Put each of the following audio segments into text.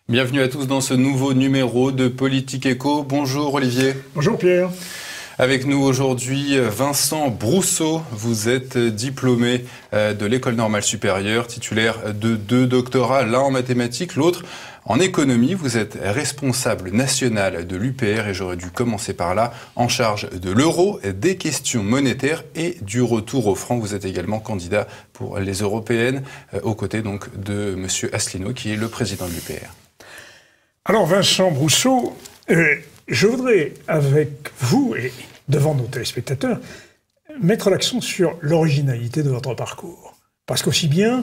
Bienvenue à tous dans ce nouveau numéro de Politique Éco. Bonjour Olivier. Bonjour Pierre. Avec nous aujourd'hui Vincent Brousseau. Vous êtes diplômé de l'École normale supérieure, titulaire de 2 doctorats, l'un en mathématiques, l'autre en économie. Vous êtes responsable national de l'UPR et j'aurais dû commencer par là, en charge de l'euro, des questions monétaires et du retour au franc. Vous êtes également candidat pour les européennes, aux côtés donc de monsieur Asselineau, qui est le président de l'UPR. Alors Vincent Brousseau, je voudrais avec vous et devant nos téléspectateurs mettre l'accent sur l'originalité de votre parcours. Parce qu'aussi bien,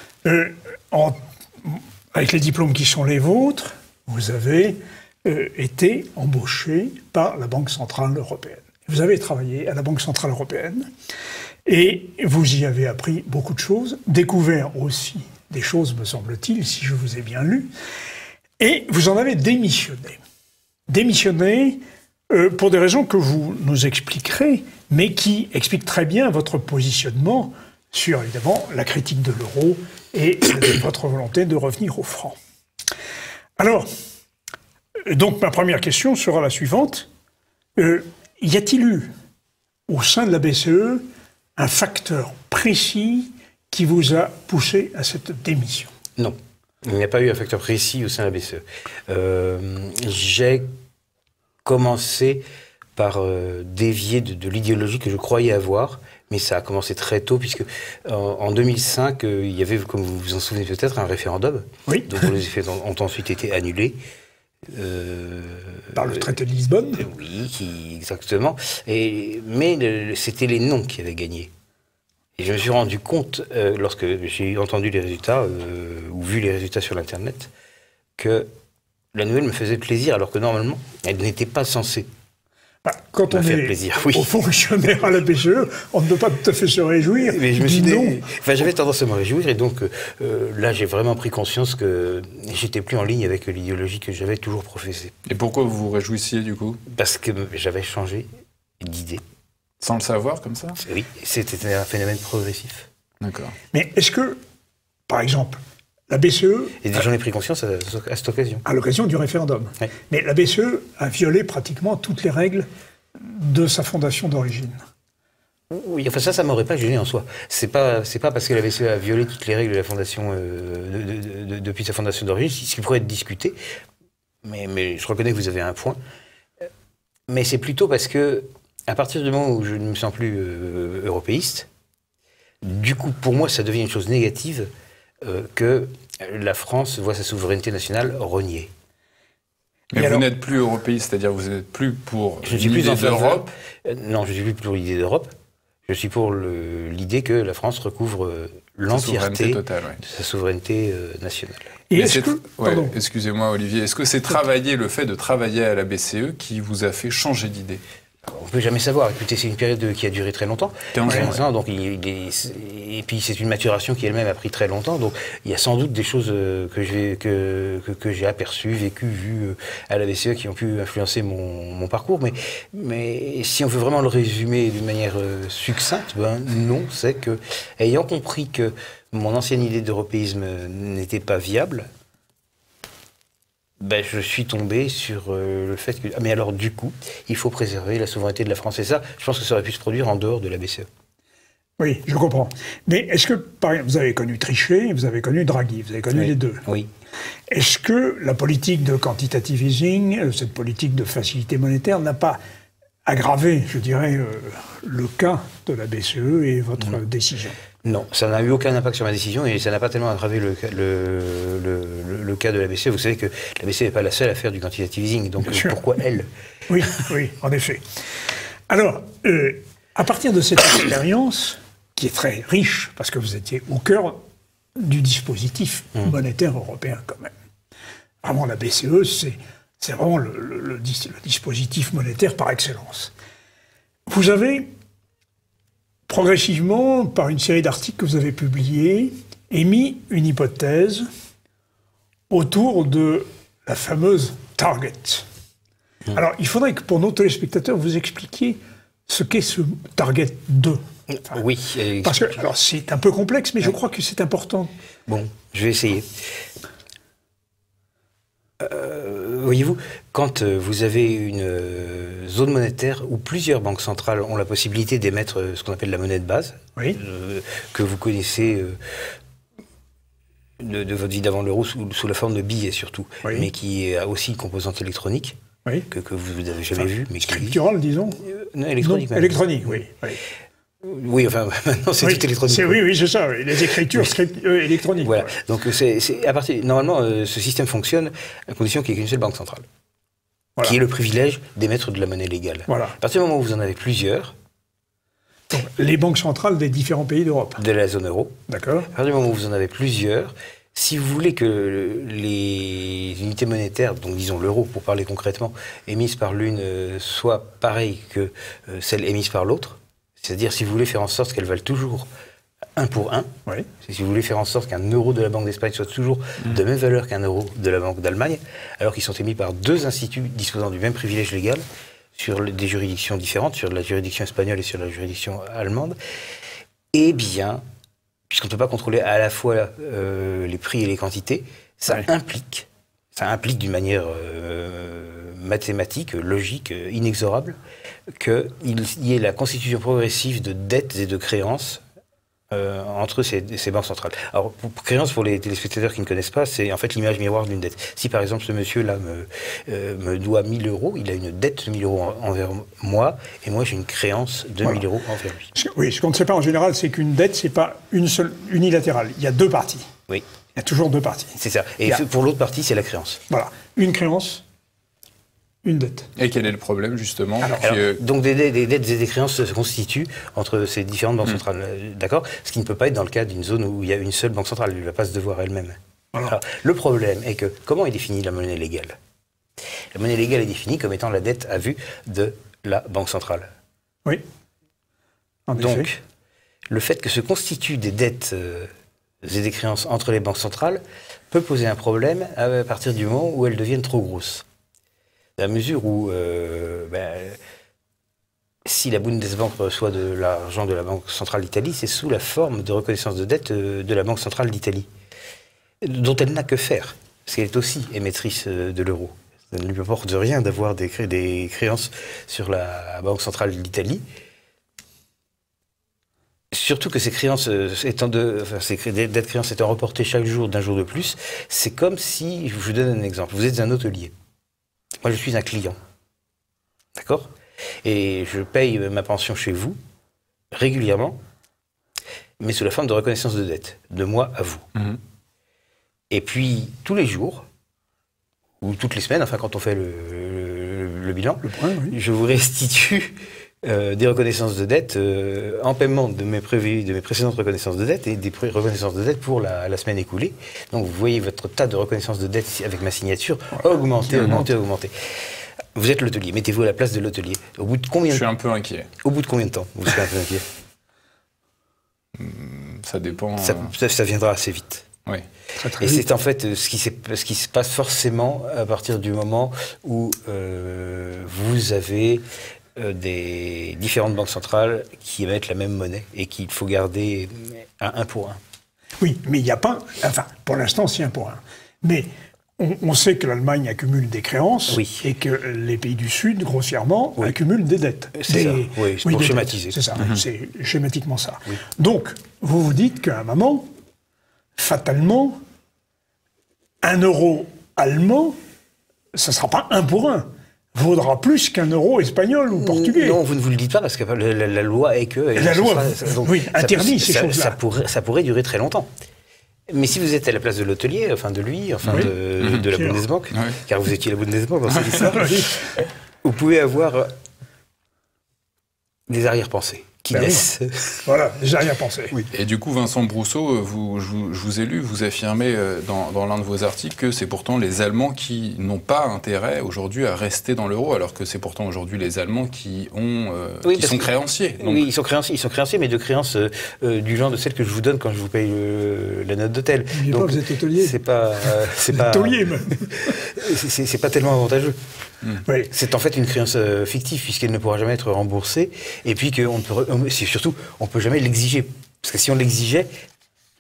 avec les diplômes qui sont les vôtres, vous avez été embauché par la Banque Centrale Européenne. Vous avez travaillé à la Banque Centrale Européenne et vous y avez appris beaucoup de choses, découvert aussi des choses, me semble-t-il, si je vous ai bien lu, et vous en avez démissionné. Démissionné pour des raisons que vous nous expliquerez, mais qui expliquent très bien votre positionnement sur, évidemment, la critique de l'euro et votre volonté de revenir au franc. Alors, donc ma première question sera la suivante. Y a-t-il eu, au sein de la BCE, un facteur précis qui vous a poussé à cette démission? Non. Il n'y a pas eu un facteur précis au sein de la BCE. J'ai commencé par dévier de l'idéologie que je croyais avoir, mais ça a commencé très tôt, puisque en 2005, il y avait, comme vous vous en souvenez peut-être, un référendum, oui, dont les effets ont ensuite été annulés. Par le traité de Lisbonne. Oui, exactement. Mais c'était les non qui avaient gagné. Et je me suis rendu compte, lorsque j'ai entendu les résultats, ou vu les résultats sur l'Internet, que la nouvelle me faisait plaisir, alors que normalement, elle n'était pas censée quand on est plaisir, oui. Au fonctionnaire à la BCE, on ne peut pas tout à fait se réjouir. Mais je me suis non. Enfin, j'avais tendance à me réjouir, et donc là, j'ai vraiment pris conscience que j'étais plus en ligne avec l'idéologie que j'avais toujours professée. Et pourquoi vous vous réjouissiez du coup? Parce que j'avais changé d'idée. Sans le savoir, comme ça? Oui, c'était un phénomène progressif. D'accord. Mais est-ce que, par exemple, la BCE... Et j'en ai pris conscience à cette occasion. À l'occasion du référendum. Oui. Mais la BCE a violé pratiquement toutes les règles de sa fondation d'origine. Oui, enfin ça m'aurait pas gêné en soi. C'est pas parce que la BCE a violé toutes les règles de la fondation depuis sa fondation d'origine, ce qui pourrait être discuté. Mais je reconnais que vous avez un point. Mais c'est plutôt parce que à partir du moment où je ne me sens plus européiste, du coup, pour moi, ça devient une chose négative que la France voit sa souveraineté nationale reniée. Mais vous n'êtes plus européiste, c'est-à-dire vous n'êtes plus pour l'idée d'Europe? Non, je ne suis plus pour l'idée d'Europe. Je suis pour l'idée que la France recouvre l'entièreté de sa souveraineté nationale. Et excusez-moi Olivier, est-ce que c'est le fait de travailler à la BCE qui vous a fait changer d'idée? On ne peut jamais savoir. Écoutez, c'est une période qui a duré très longtemps. 15 ans. Donc et puis c'est une maturation qui elle-même a pris très longtemps. Donc il y a sans doute des choses que j'ai aperçues, vécues, vues à la BCE qui ont pu influencer mon parcours. Mais si on veut vraiment le résumer d'une manière succincte, non, c'est que, ayant compris que mon ancienne idée d'européisme n'était pas viable, je suis tombé sur le fait que... Mais alors, du coup, il faut préserver la souveraineté de la France. Et ça, je pense que ça aurait pu se produire en dehors de la BCE. Oui, je comprends. Mais est-ce que, par exemple, vous avez connu Trichet, vous avez connu Draghi, vous avez connu les deux. Oui. Est-ce que la politique de quantitative easing, cette politique de facilité monétaire, n'a pas aggravé, je dirais, le cas de la BCE et votre décision? Non, ça n'a eu aucun impact sur ma décision et ça n'a pas tellement aggravé le cas de la BCE. Vous savez que la BCE n'est pas la seule à faire du quantitative easing, donc pourquoi elle? Oui, en effet. Alors, à partir de cette expérience, qui est très riche, parce que vous étiez au cœur du dispositif monétaire européen quand même. Vraiment, la BCE, c'est vraiment le dispositif monétaire par excellence. Vous avez progressivement, par une série d'articles que vous avez publiés, émis une hypothèse autour de la fameuse target. Alors, il faudrait que pour nos téléspectateurs, vous expliquiez ce qu'est ce target 2. Enfin, oui. Parce que, alors, c'est un peu complexe, mais je crois que c'est important. Bon, je vais essayer. Voyez-vous, quand vous avez une zone monétaire où plusieurs banques centrales ont la possibilité d'émettre ce qu'on appelle la monnaie de base, Oui. Que vous connaissez de votre vie d'avant l'euro sous la forme de billets surtout, Oui. mais qui a aussi une composante électronique Oui. que vous n'avez jamais vue, mais qui Scriptural, disons. non, électronique. Non, même. électronique, oui. Oui, enfin maintenant c'est Oui, tout électronique. oui, c'est ça, oui. Les écritures électroniques. Voilà. Ouais. Donc c'est à partir normalement ce système fonctionne à condition qu'il y ait qu'une seule banque centrale, Voilà. qui ait le privilège d'émettre de la monnaie légale. Voilà. À partir du moment où vous en avez plusieurs Donc, les banques centrales des différents pays d'Europe. de la zone euro, D'accord. à partir du moment où vous en avez plusieurs, si vous voulez que les unités monétaires, donc disons l'euro pour parler concrètement, émises par l'une soient pareilles que celles émises par l'autre, c'est-à-dire si vous voulez faire en sorte qu'elles valent toujours 1 pour 1, Oui. si vous voulez faire en sorte qu'un euro de la Banque d'Espagne soit toujours de même valeur qu'un euro de la Banque d'Allemagne, alors qu'ils sont émis par deux instituts disposant du même privilège légal, sur des juridictions différentes, sur la juridiction espagnole et sur la juridiction allemande, eh bien, puisqu'on ne peut pas contrôler à la fois les prix et les quantités, ça implique d'une manière mathématique, logique, inexorable, qu'il y ait la constitution progressive de dettes et de créances entre ces banques centrales. Alors, créance, pour les téléspectateurs qui ne connaissent pas, c'est en fait l'image miroir d'une dette. Si par exemple ce monsieur-là me doit 1 000 euros, il a une dette de 1 000 euros envers moi, et moi j'ai une créance de 1 000 euros envers lui. Oui, ce qu'on ne sait pas en général, c'est qu'une dette, c'est pas une seule unilatérale. Il y a deux parties. Oui, Il y a toujours deux parties. c'est ça. Et pour l'autre partie, c'est la créance. Voilà. Une créance, une dette. Et quel est le problème, justement Alors, donc des dettes et des créances se constituent entre ces différentes banques centrales, d'accord ? Ce qui ne peut pas être dans le cas d'une zone où il y a une seule banque centrale, elle ne va pas se devoir elle-même. Voilà. Alors, le problème est que, comment est définie la monnaie légale ? La monnaie légale est définie comme étant la dette à vue de la banque centrale. Oui. En effet. Donc, le fait que se constituent des dettes et des créances entre les banques centrales peut poser un problème à partir du moment où elles deviennent trop grosses. À mesure où, si la Bundesbank reçoit de l'argent de la Banque centrale d'Italie, c'est sous la forme de reconnaissance de dette de la Banque centrale d'Italie, dont elle n'a que faire, parce qu'elle est aussi émettrice de l'euro. Ça ne lui apporte rien d'avoir des créances sur la Banque centrale d'Italie. Surtout que ces créances ces dettes créances étant reportées chaque jour d'un jour de plus, c'est comme si, je vous donne un exemple, vous êtes un hôtelier. Moi, je suis un client. D'accord ? Et je paye ma pension chez vous, régulièrement, mais sous la forme de reconnaissance de dette, de moi à vous. Mmh. Et puis, tous les jours, ou toutes les semaines, enfin, quand on fait le bilan, Le point, oui. je vous restitue des reconnaissances de dette en paiement de mes précédentes reconnaissances de dette et des reconnaissances de dette pour la semaine écoulée. Donc vous voyez votre tas de reconnaissances de dette ici, avec ma signature augmenter. Vous êtes l'hôtelier, mettez-vous à la place de l'hôtelier. Au bout de combien Je suis un peu inquiet. Au bout de combien de temps vous serez un peu inquiet? Ça dépend. Ça viendra assez vite. Oui. Très, très Et vite. c'est en fait ce qui se passe forcément à partir du moment où vous avez des différentes banques centrales qui émettent la même monnaie et qu'il faut garder à 1 pour 1. Oui, mais il n'y a pas... Enfin, pour l'instant, c'est 1 pour 1. Mais on sait que l'Allemagne accumule des créances Oui. et que les pays du Sud, grossièrement, Oui. accumulent des dettes. C'est ça. Oui, c'est pour des schématiser. dettes. C'est ça, c'est schématiquement ça. Oui. Donc, vous vous dites qu'à un moment, fatalement, 1 euro allemand, ça ne sera pas 1 pour 1. Vaudra plus qu'un euro espagnol ou portugais. Non, vous ne vous le dites pas parce que la loi est que... La loi, oui, interdit ces choses-là. Ça pourrait durer très longtemps. Mais si vous êtes à la place de l'hôtelier, enfin de lui, enfin Oui. de la Sûr. Bundesbank, Oui. car vous étiez la Bundesbank dans cette histoire, Oui. vous pouvez avoir des arrière-pensées qui Ben oui. naissent. Voilà, j'ai rien pensé. Et du coup, Vincent Brousseau, je vous ai lu, vous affirmez dans l'un de vos articles que c'est pourtant les Allemands qui n'ont pas intérêt aujourd'hui à rester dans l'euro, alors que c'est pourtant aujourd'hui les Allemands qui sont créanciers. Donc, Oui, ils sont créanciers, mais de créances du genre de celles que je vous donne quand je vous paye la note d'hôtel. N'oubliez pas, vous êtes hôtelier. C'est pas, Taulier, même. c'est pas tellement avantageux. Oui. C'est en fait une créance fictive puisqu'elle ne pourra jamais être remboursée et puis c'est surtout on peut jamais l'exiger parce que si on l'exigeait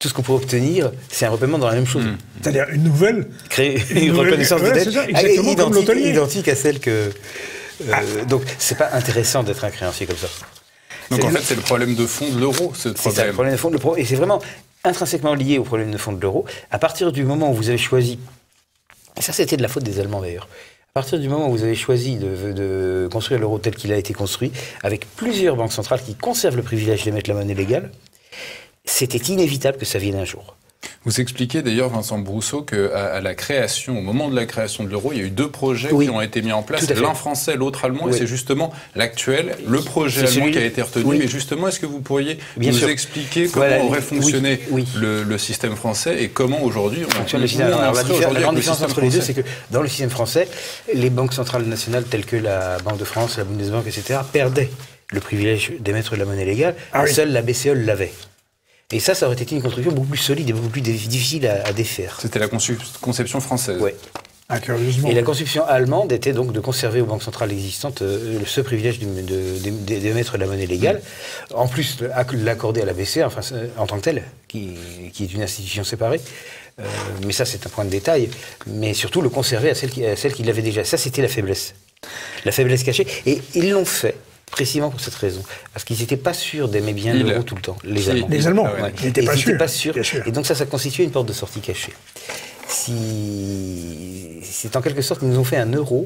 tout ce qu'on pourrait obtenir, c'est un repaiement dans la même chose. C'est-à-dire une nouvelle... Créer une reconnaissance de dette identique à celle que... Donc, c'est pas intéressant d'être un créancier comme ça. Donc, en fait, c'est le problème de fond de l'euro, ce problème. C'est le problème de fond de l'euro. Et c'est vraiment intrinsèquement lié au problème de fond de l'euro. À partir du moment où vous avez choisi... Et ça, c'était de la faute des Allemands, d'ailleurs. À partir du moment où vous avez choisi de construire l'euro tel qu'il a été construit, avec plusieurs banques centrales qui conservent le privilège d'émettre la monnaie légale, c'était inévitable que ça vienne un jour. Vous expliquez d'ailleurs, Vincent Brousseau, qu'à la création, au moment de la création de l'euro, il y a eu 2 projets qui ont été mis en place, l'un français, l'autre allemand, et c'est justement l'actuel, le projet allemand qui a été retenu. Mais justement, est-ce que vous pourriez nous expliquer comment aurait fonctionné le système français et comment aujourd'hui on fonctionne le système français? La grande différence entre les deux, c'est que dans le système français, les banques centrales nationales telles que la Banque de France, la Bundesbank, etc., perdaient le privilège d'émettre de la monnaie légale. Seule la BCE l'avait. Et ça aurait été une construction beaucoup plus solide et beaucoup plus difficile à défaire. C'était la conception française. Oui. Curieusement. Et la conception allemande était donc de conserver aux banques centrales existantes ce privilège d'émettre la monnaie légale. En plus, l'accorder à la BCE, enfin, en tant que telle, qui est une institution séparée. Mais ça, c'est un point de détail. Mais surtout, le conserver à celle qui l'avait déjà. Ça, c'était la faiblesse. La faiblesse cachée. Et ils l'ont fait. Précisément pour cette raison. Parce qu'ils n'étaient pas sûrs d'aimer bien l'euro tout le temps, les Allemands. Les Allemands, ils n'étaient pas sûrs. Et donc ça constituait une porte de sortie cachée. C'est en quelque sorte, ils nous ont fait un euro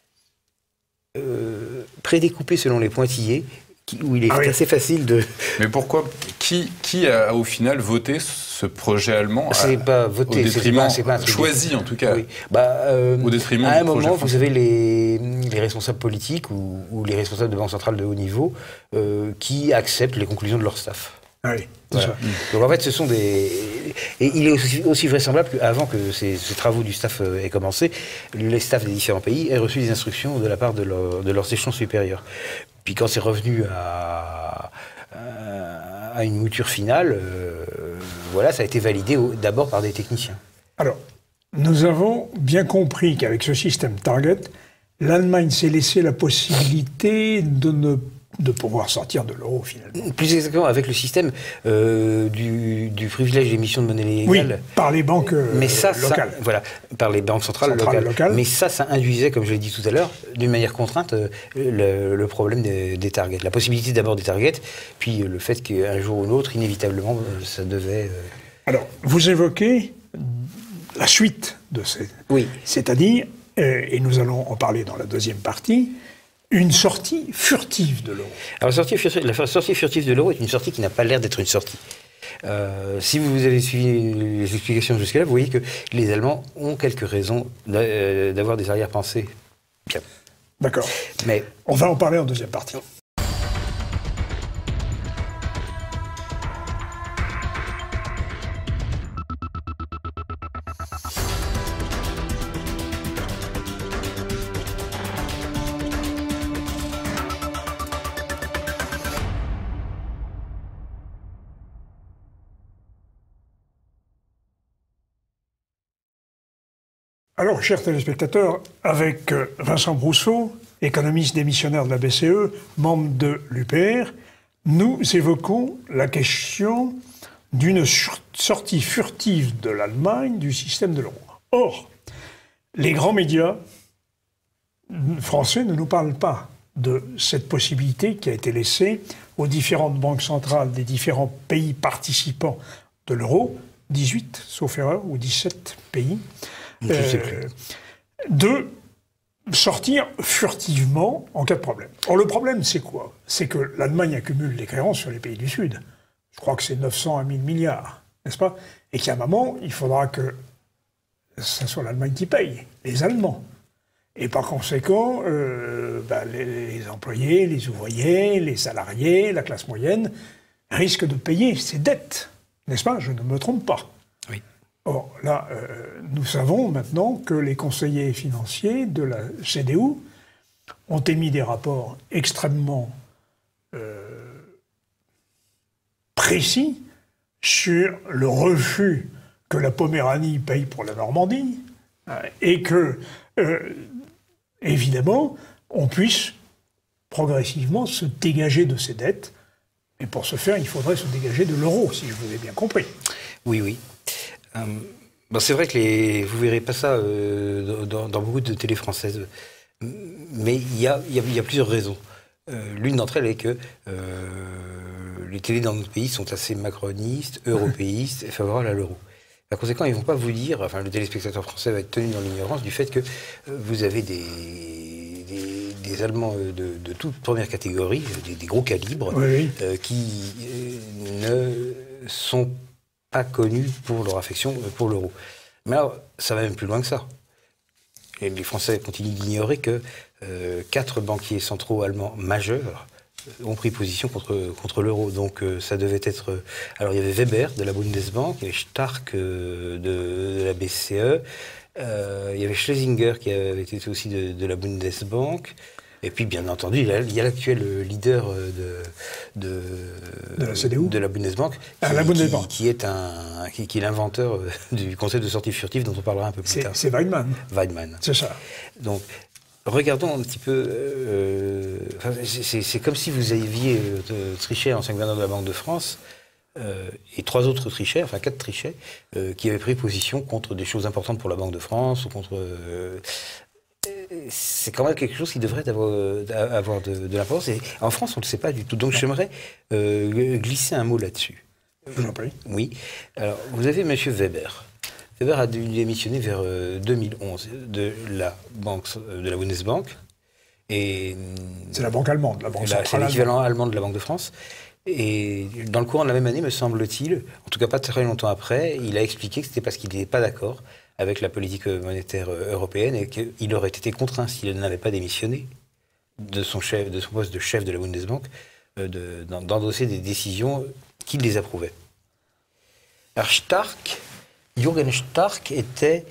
prédécoupé selon les pointillés, où il est assez facile de... Mais pourquoi qui a au final voté ce projet allemand C'est pas voté, au détriment, c'est pas choisi en tout cas. Oui. Au détriment à un du projet moment, français. vous avez les responsables politiques ou les responsables de banques centrales de haut niveau qui acceptent les conclusions de leur staff. Ah oui, voilà. Donc en fait, ce sont des... Et il est aussi vraisemblable qu'avant que ces travaux du staff aient commencé, les staffs des différents pays aient reçu des instructions de la part de leurs échelons supérieurs. Puis quand c'est revenu à une mouture finale, voilà, ça a été validé d'abord par des techniciens. Alors, nous avons bien compris qu'avec ce système Target, l'Allemagne s'est laissé la possibilité de pouvoir sortir de l'euro, finalement. Plus exactement, avec le système du privilège d'émission de monnaie légale. Oui, par les banques locales. Voilà, par les banques centrales locales. Mais ça induisait, comme je l'ai dit tout à l'heure, d'une manière contrainte, le problème des targets. La possibilité d'abord des targets, puis le fait qu'un jour ou l'autre, inévitablement, ça devait... Alors, vous évoquez la suite de ces... Oui. C'est-à-dire, et nous allons en parler dans la deuxième partie, une sortie furtive de l'euro. Alors la sortie furtive de l'euro est une sortie qui n'a pas l'air d'être une sortie. Si vous avez suivi les explications jusque-là, vous voyez que les Allemands ont quelques raisons d'avoir des arrière-pensées. Bien. D'accord. Mais on va en parler en deuxième partie. Alors, chers téléspectateurs, avec Vincent Brousseau, économiste démissionnaire de la BCE, membre de l'UPR, nous évoquons la question d'une sortie furtive de l'Allemagne du système de l'euro. Or, les grands médias français ne nous parlent pas de cette possibilité qui a été laissée aux différentes banques centrales des différents pays participants de l'euro, 18, sauf erreur, ou 17 pays, de sortir furtivement en cas de problème. Or, le problème, c'est quoi? C'est que l'Allemagne accumule les créances sur les pays du Sud. Je crois que c'est 900 à 1000 milliards, n'est-ce pas? Et qu'à un moment, il faudra que ce soit l'Allemagne qui paye, les Allemands. Et par conséquent, les employés, les ouvriers, les salariés, la classe moyenne risquent de payer ces dettes, n'est-ce pas? Je ne me trompe pas. Oui. Or, là, nous savons maintenant que les conseillers financiers de la CDU ont émis des rapports extrêmement précis sur le refus que la Poméranie paye pour la Normandie et que, évidemment, on puisse progressivement se dégager de ces dettes. Et pour ce faire, il faudrait se dégager de l'euro, si je vous ai bien compris. Oui. C'est vrai que vous verrez pas ça dans beaucoup de télés françaises, mais il y a plusieurs raisons. L'une d'entre elles est que les télés dans notre pays sont assez macronistes, européistes et favorables à l'euro. Par conséquent, ils ne vont pas vous dire, le téléspectateur français va être tenu dans l'ignorance du fait que vous avez des Allemands de toute première catégorie, des gros calibres, qui ne sont pas connus pour leur affection pour l'euro. Mais alors, ça va même plus loin que ça. Et les Français continuent d'ignorer que 4 banquiers centraux allemands majeurs ont pris position contre l'euro. Donc ça devait être... Alors il y avait Weber de la Bundesbank, il y avait Stark de la BCE, il y avait Schlesinger qui avait été aussi de la Bundesbank. Et puis, bien entendu, il y a l'actuel leader de la CDU, de la Bundesbank, qui est l'inventeur du concept de sortie furtive dont on parlera un peu plus tard. C'est Weidmann. Weidmann. C'est ça. Donc, regardons un petit peu... c'est comme si vous aviez Trichet, ancien gouverneur de la Banque de France, et 3 autres Trichets, 4 Trichets, qui avaient pris position contre des choses importantes pour la Banque de France, ou contre... c'est quand même quelque chose qui devrait avoir de l'importance. Et en France, on ne le sait pas du tout. Donc j'aimerais glisser un mot là-dessus. Je vous en prie. Oui. Alors, vous avez M. Weber. Weber a dû démissionner vers 2011 de la Bundesbank. Et c'est la banque allemande, la banque centrale. C'est l'équivalent allemand de la Banque de France. Et dans le courant de la même année, me semble-t-il, en tout cas pas très longtemps après, il a expliqué que c'était parce qu'il n'était pas d'accord avec la politique monétaire européenne et qu'il aurait été contraint, s'il n'avait pas démissionné de son poste de chef de la Bundesbank, d'endosser des décisions qu'il désapprouvait. Alors Jürgen Stark était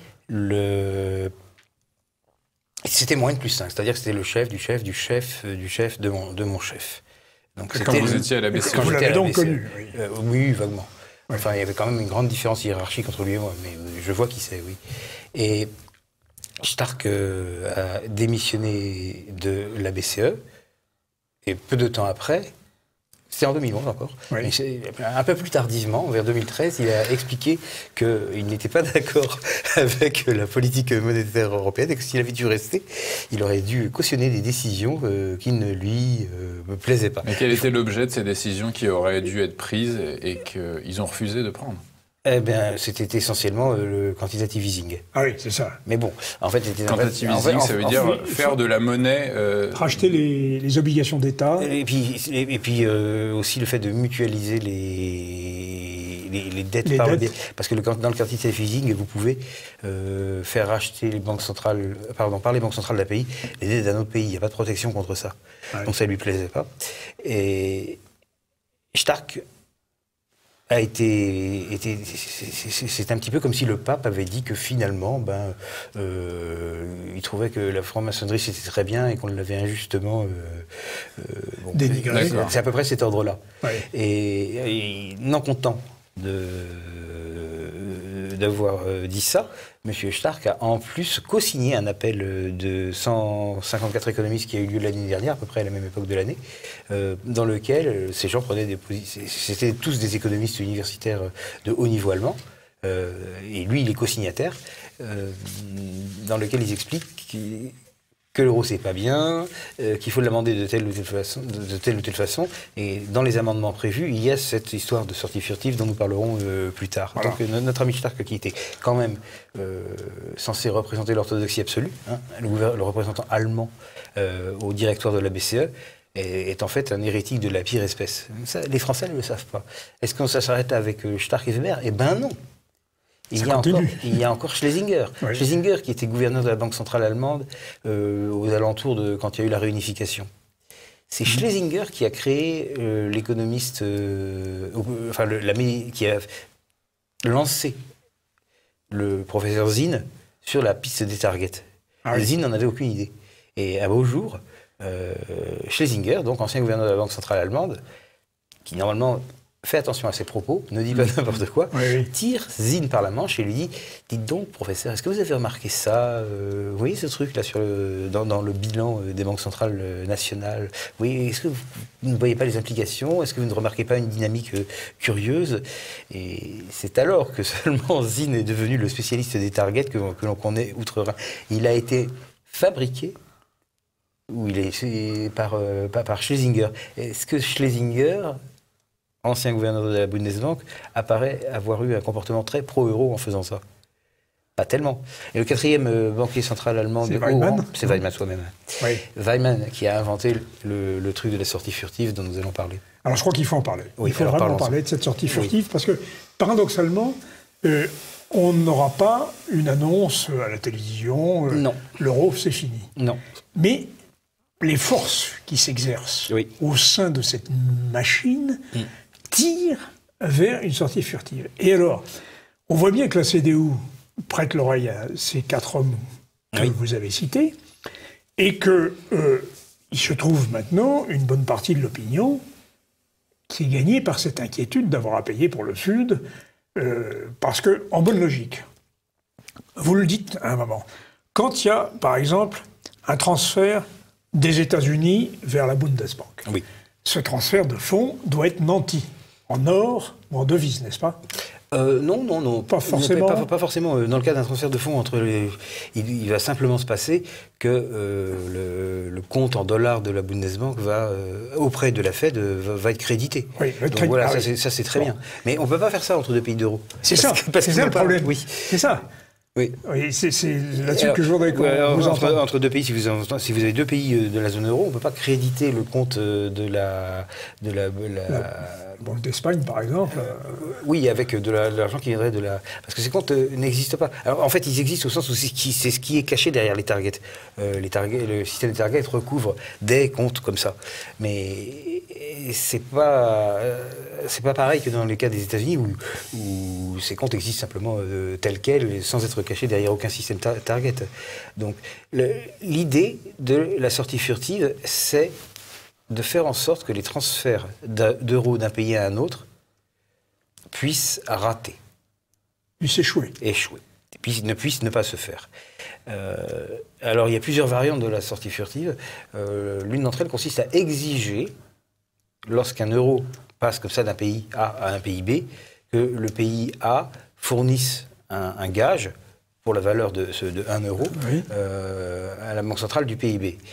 c'était moins de plus 5, c'est-à-dire que c'était le chef du chef du chef du chef de mon chef. Donc quand vous étiez à la BCE. Vous l'avez donc connu. Oui, vaguement. Enfin, il y avait quand même une grande différence hiérarchique entre lui et moi, mais je vois qui c'est, oui. Et Stark a démissionné de la BCE, et peu de temps après, c'était en 2011 encore, mais un peu plus tardivement, vers 2013, il a expliqué qu'il n'était pas d'accord avec la politique monétaire européenne et que s'il avait dû rester, il aurait dû cautionner des décisions qui ne lui plaisaient pas. Mais quel était l'objet de ces décisions qui auraient dû être prises et qu'ils ont refusé de prendre ? Eh bien, c'était essentiellement le quantitative easing. Ah oui, c'est ça. Mais bon, en fait, c'était... Quantitative easing, ça veut dire faire de la monnaie... Racheter les obligations d'État. Et puis aussi le fait de mutualiser les dettes par le biais... Parce que dans le quantitative easing, vous pouvez faire racheter les banques centrales... par les banques centrales d'un pays, les dettes d'un autre pays. Il n'y a pas de protection contre ça. Ouais. Donc ça ne lui plaisait pas. Et Stark... c'est un petit peu comme si le pape avait dit que finalement, il trouvait que la franc-maçonnerie c'était très bien et qu'on l'avait injustement dénigré. C'est à peu près cet ordre-là. Ouais. Et non content d'avoir dit ça, M. Stark a en plus co-signé un appel de 154 économistes qui a eu lieu l'année dernière, à peu près à la même époque de l'année, dans lequel ces gens prenaient des positions. C'était tous des économistes universitaires de haut niveau allemand, et lui, il est co-signataire, dans lequel ils expliquent que l'euro c'est pas bien, qu'il faut l'amender de telle ou telle façon, et dans les amendements prévus, il y a cette histoire de sortie furtive dont nous parlerons plus tard. Voilà. Donc notre ami Stark, qui était quand même censé représenter l'orthodoxie absolue, le représentant allemand au directoire de la BCE, est en fait un hérétique de la pire espèce. Ça, les Français ne le savent pas. Est-ce qu'on s'arrête avec Stark et Weber ? Eh ben non. Il y a encore Schlesinger. Oui. Schlesinger, qui était gouverneur de la Banque centrale allemande aux alentours de quand il y a eu la réunification. C'est Schlesinger qui a créé l'économiste, qui a lancé le professeur Zinn sur la piste des targets. Ah oui. Zinn n'en avait aucune idée. Et à beau jour, Schlesinger, donc ancien gouverneur de la Banque centrale allemande, qui normalement fait attention à ses propos, ne dit pas n'importe quoi, Oui. tire Zine par la manche et lui dit « Dites donc, professeur, est-ce que vous avez remarqué ça Vous voyez ce truc-là dans le bilan des banques centrales nationales? Oui, est-ce que vous ne voyez pas les implications? Est-ce que vous ne remarquez pas une dynamique curieuse ?» Et c'est alors que seulement Zine est devenu le spécialiste des targets que l'on connaît outre-Rhin. Il a été fabriqué par Schlesinger. Est-ce que Schlesinger, ancien gouverneur de la Bundesbank, apparaît avoir eu un comportement très pro-euro en faisant ça? Pas tellement. Et le quatrième banquier central allemand C'est de haut Weimann. rang, c'est Weimann soi-même. Oui. Weimann qui a inventé le truc de la sortie furtive dont nous allons parler. Alors je crois qu'il faut en parler. Oui, il faut alors vraiment parlons-en. parler de cette sortie furtive parce que, paradoxalement, on n'aura pas une annonce à la télévision. Non. L'euro, c'est fini. Non. Mais les forces qui s'exercent Oui. au sein de cette machine tirent vers une sortie furtive. Et alors, on voit bien que la CDU prête l'oreille à ces 4 hommes que Oui. vous avez cités, et que il se trouve maintenant une bonne partie de l'opinion qui est gagnée par cette inquiétude d'avoir à payer pour le Sud, parce que, en bonne logique, vous le dites à un moment, quand il y a, par exemple, un transfert des États-Unis vers la Bundesbank, Oui. ce transfert de fonds doit être nanti, en or ou en devise, n'est-ce pas? Non. Pas forcément. Pas forcément. Dans le cas d'un transfert de fonds entre il va simplement se passer que le compte en dollars de la Bundesbank va auprès de la Fed va être crédité. Oui, va être Donc crédité. voilà, Ah ça oui. c'est très Bon. bien. Mais on ne peut pas faire ça entre 2 pays d'euro. C'est ça, Parce c'est que ça nous le parlons- problème. Oui. C'est ça. Oui. Oui, c'est là-dessus Alors, que je voudrais qu'on vous entre, entende. entre 2 pays, si vous avez 2 pays de la zone euro, on ne peut pas créditer le compte de la Bon, d'Espagne, par exemple. Oui, avec de l'argent qui viendrait de la... Parce que ces comptes n'existent pas. Alors, en fait, ils existent au sens où c'est ce qui est caché derrière les targets. Le système des targets recouvre des comptes comme ça. Mais c'est pas pareil que dans les cas des États-Unis où ces comptes existent simplement tels quels, sans être cachés derrière aucun système target. Donc, l'idée de la sortie furtive, c'est de faire en sorte que les transferts d'euros d'un pays à un autre puissent rater, Puisse échouer. échouer, ne puissent ne pas se faire. Alors, il y a plusieurs variantes de la sortie furtive. L'une d'entre elles consiste à exiger, lorsqu'un euro passe comme ça d'un pays A à un pays B, que le pays A fournisse un gage pour la valeur de 1 euro Oui. à la banque centrale du pays B.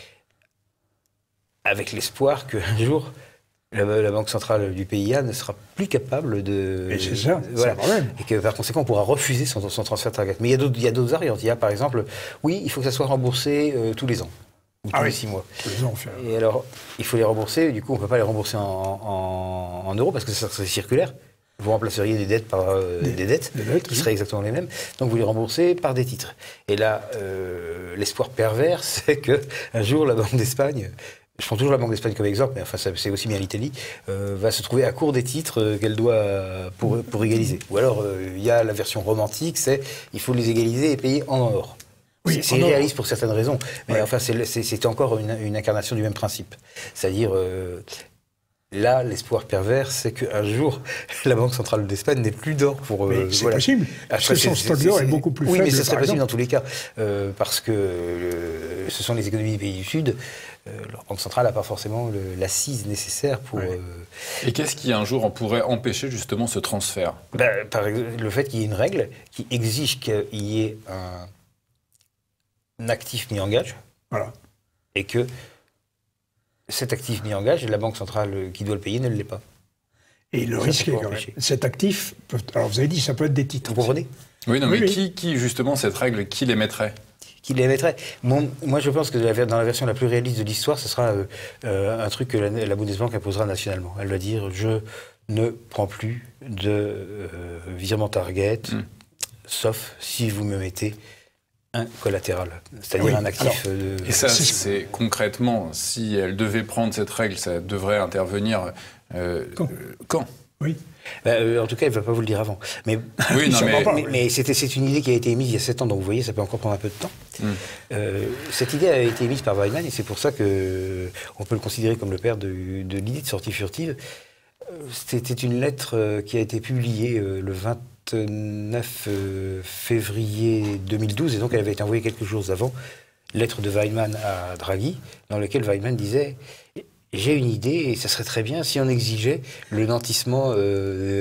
Avec l'espoir qu'un jour, la banque centrale du pays A ne sera plus capable de... Et c'est ça, c'est voilà. un problème. Et que par conséquent, on pourra refuser son transfert target. Mais il y a d'autres variantes. Il y a par exemple, oui, il faut que ça soit remboursé tous les ans, ou tous les 6 mois. Tous les ans, on fait. Et alors, il faut les rembourser, du coup, on ne peut pas les rembourser en euros parce que ça serait circulaire. Vous remplaceriez des dettes par des dettes qui oui. seraient exactement les mêmes. Donc vous les remboursez par des titres. Et là, l'espoir pervers, c'est qu'un jour, la Banque d'Espagne, je prends toujours la Banque d'Espagne comme exemple, mais enfin, c'est aussi bien l'Italie, va se trouver à court des titres qu'elle doit pour égaliser. Ou alors, il y a la version romantique, c'est il faut les égaliser et payer en or. Oui, C'est en or. irréaliste pour certaines raisons, mais Ouais. enfin, c'est encore une incarnation du même principe. C'est-à-dire, là, l'espoir pervers, c'est qu'un jour, la Banque centrale d'Espagne n'ait plus d'or pour... Mais c'est voilà. possible, parce que son stock d'or est beaucoup plus oui, faible, mais ce serait par possible exemple. dans tous les cas, parce que ce sont les économies des pays du Sud. Leur banque centrale n'a pas forcément l'assise nécessaire pour... Ouais. Et qu'est-ce qui, un jour, en pourrait empêcher justement ce transfert? Par exemple, le fait qu'il y ait une règle qui exige qu'il y ait un actif mis en gage, Voilà. et que cet actif mis en gage, la banque centrale qui doit le payer ne l'est pas. Et le Ça, risque ça est peut quand même. empêcher. Cet actif, alors vous avez dit, ça peut être des titres. Vous comprenez? Oui, non, Oui, mais oui. qui, justement, cette règle, qui l'émettrait? Qui l'émettrait. Moi, je pense que dans la version la plus réaliste de l'histoire, ce sera un truc que la Bundesbank imposera nationalement. Elle va dire, je ne prends plus de virement target, sauf si vous me mettez un collatéral, c'est-à-dire Oui, un actif. Et ça, C'est- c'est concrètement, si elle devait prendre cette règle, ça devrait intervenir quand? Oui. En tout cas, elle ne va pas vous le dire avant. Mais, Oui, non, Sûrement mais... pas. mais c'est une idée qui a été émise il y a 7 ans, donc vous voyez, ça peut encore prendre un peu de temps. Cette idée a été émise par Weimann, et c'est pour ça qu'on peut le considérer comme le père de l'idée de sortie furtive. C'était une lettre qui a été publiée le 29 février 2012, et donc elle avait été envoyée quelques jours avant, lettre de Weidmann à Draghi, dans laquelle Weidmann disait « J'ai une idée, et ça serait très bien si on exigeait le nantissement des... »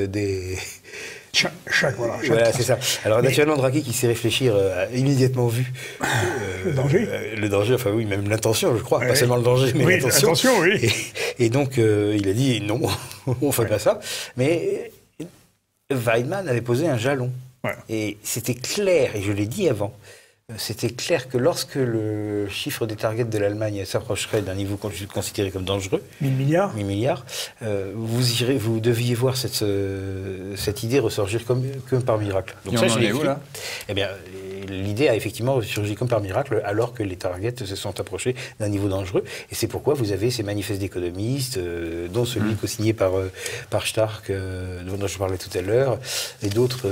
Voilà, c'est ça. Alors, naturellement, Draghi, qui sait réfléchir, a immédiatement vu le danger. Le danger, enfin oui, même l'intention, je crois. Pas seulement le danger, mais l'intention. Oui. Et donc, il a dit non, on ne fait pas ça. Mais Weidmann avait posé un jalon. Voilà. Et c'était clair, et je l'ai dit avant, c'était clair que lorsque le chiffre des targets de l'Allemagne s'approcherait d'un niveau considéré comme dangereux, 1000 milliards, vous deviez voir cette idée ressurgir comme par miracle. Donc et ça, je l'ai où, là ? Eh bien, l'idée a effectivement ressurgi comme par miracle alors que les targets se sont approchés d'un niveau dangereux. Et c'est pourquoi vous avez ces manifestes d'économistes, dont celui co-signé par Stark, dont je parlais tout à l'heure, et d'autres